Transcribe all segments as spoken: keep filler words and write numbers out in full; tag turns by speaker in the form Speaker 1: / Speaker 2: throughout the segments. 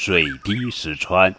Speaker 1: 水滴石穿。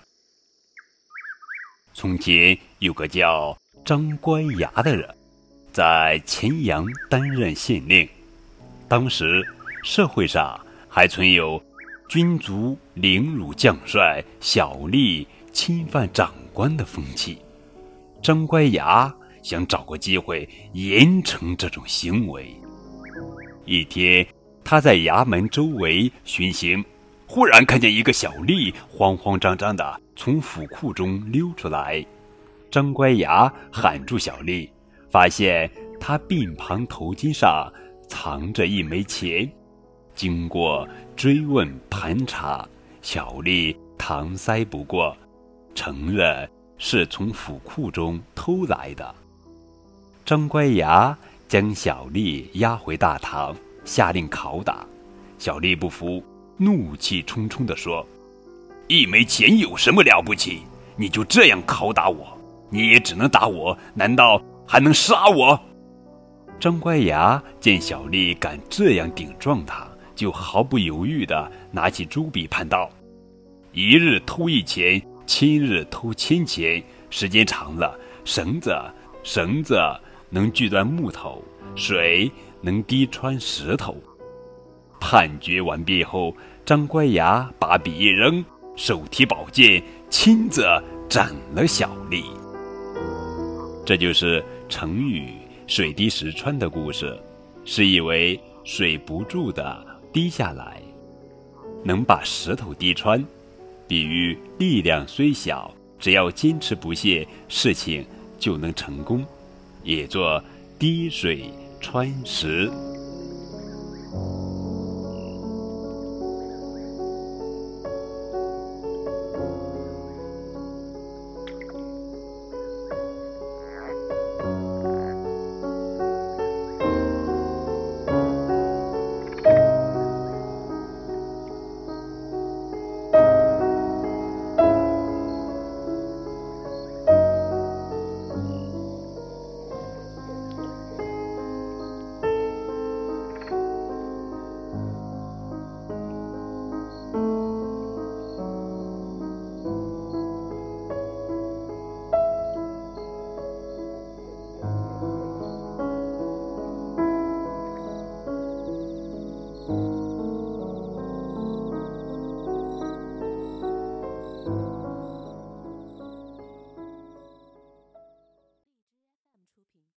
Speaker 1: 从前有个叫张乖崖的人，在乾阳担任县令。当时社会上还存有君族凌辱将帅、小吏侵犯长官的风气。张乖崖想找个机会严惩这种行为。一天，他在衙门周围巡行，忽然看见一个小吏慌慌张张地从府库中溜出来。张乖崖喊住小吏，发现他鬓旁头巾上藏着一枚钱。经过追问盘查，小吏搪塞不过，承认是从府库中偷来的。张乖崖将小吏押回大堂，下令拷打。小吏不服，怒气冲冲地说：一枚钱有什么了不起？你就这样拷打我？你也只能打我，难道还能杀我？张乖崖见小吏敢这样顶撞他，就毫不犹豫地拿起朱笔判道：一日偷一钱，千日偷千钱，时间长了，绳子绳子能锯断木头，水能滴穿石头。判决完毕后，张乖崖把笔一扔，手提宝剑，亲自斩了小吏。这就是成语水滴石穿的故事，是以为水不住地滴下来，能把石头滴穿，比喻力量虽小，只要坚持不懈，事情就能成功，也作滴水穿石。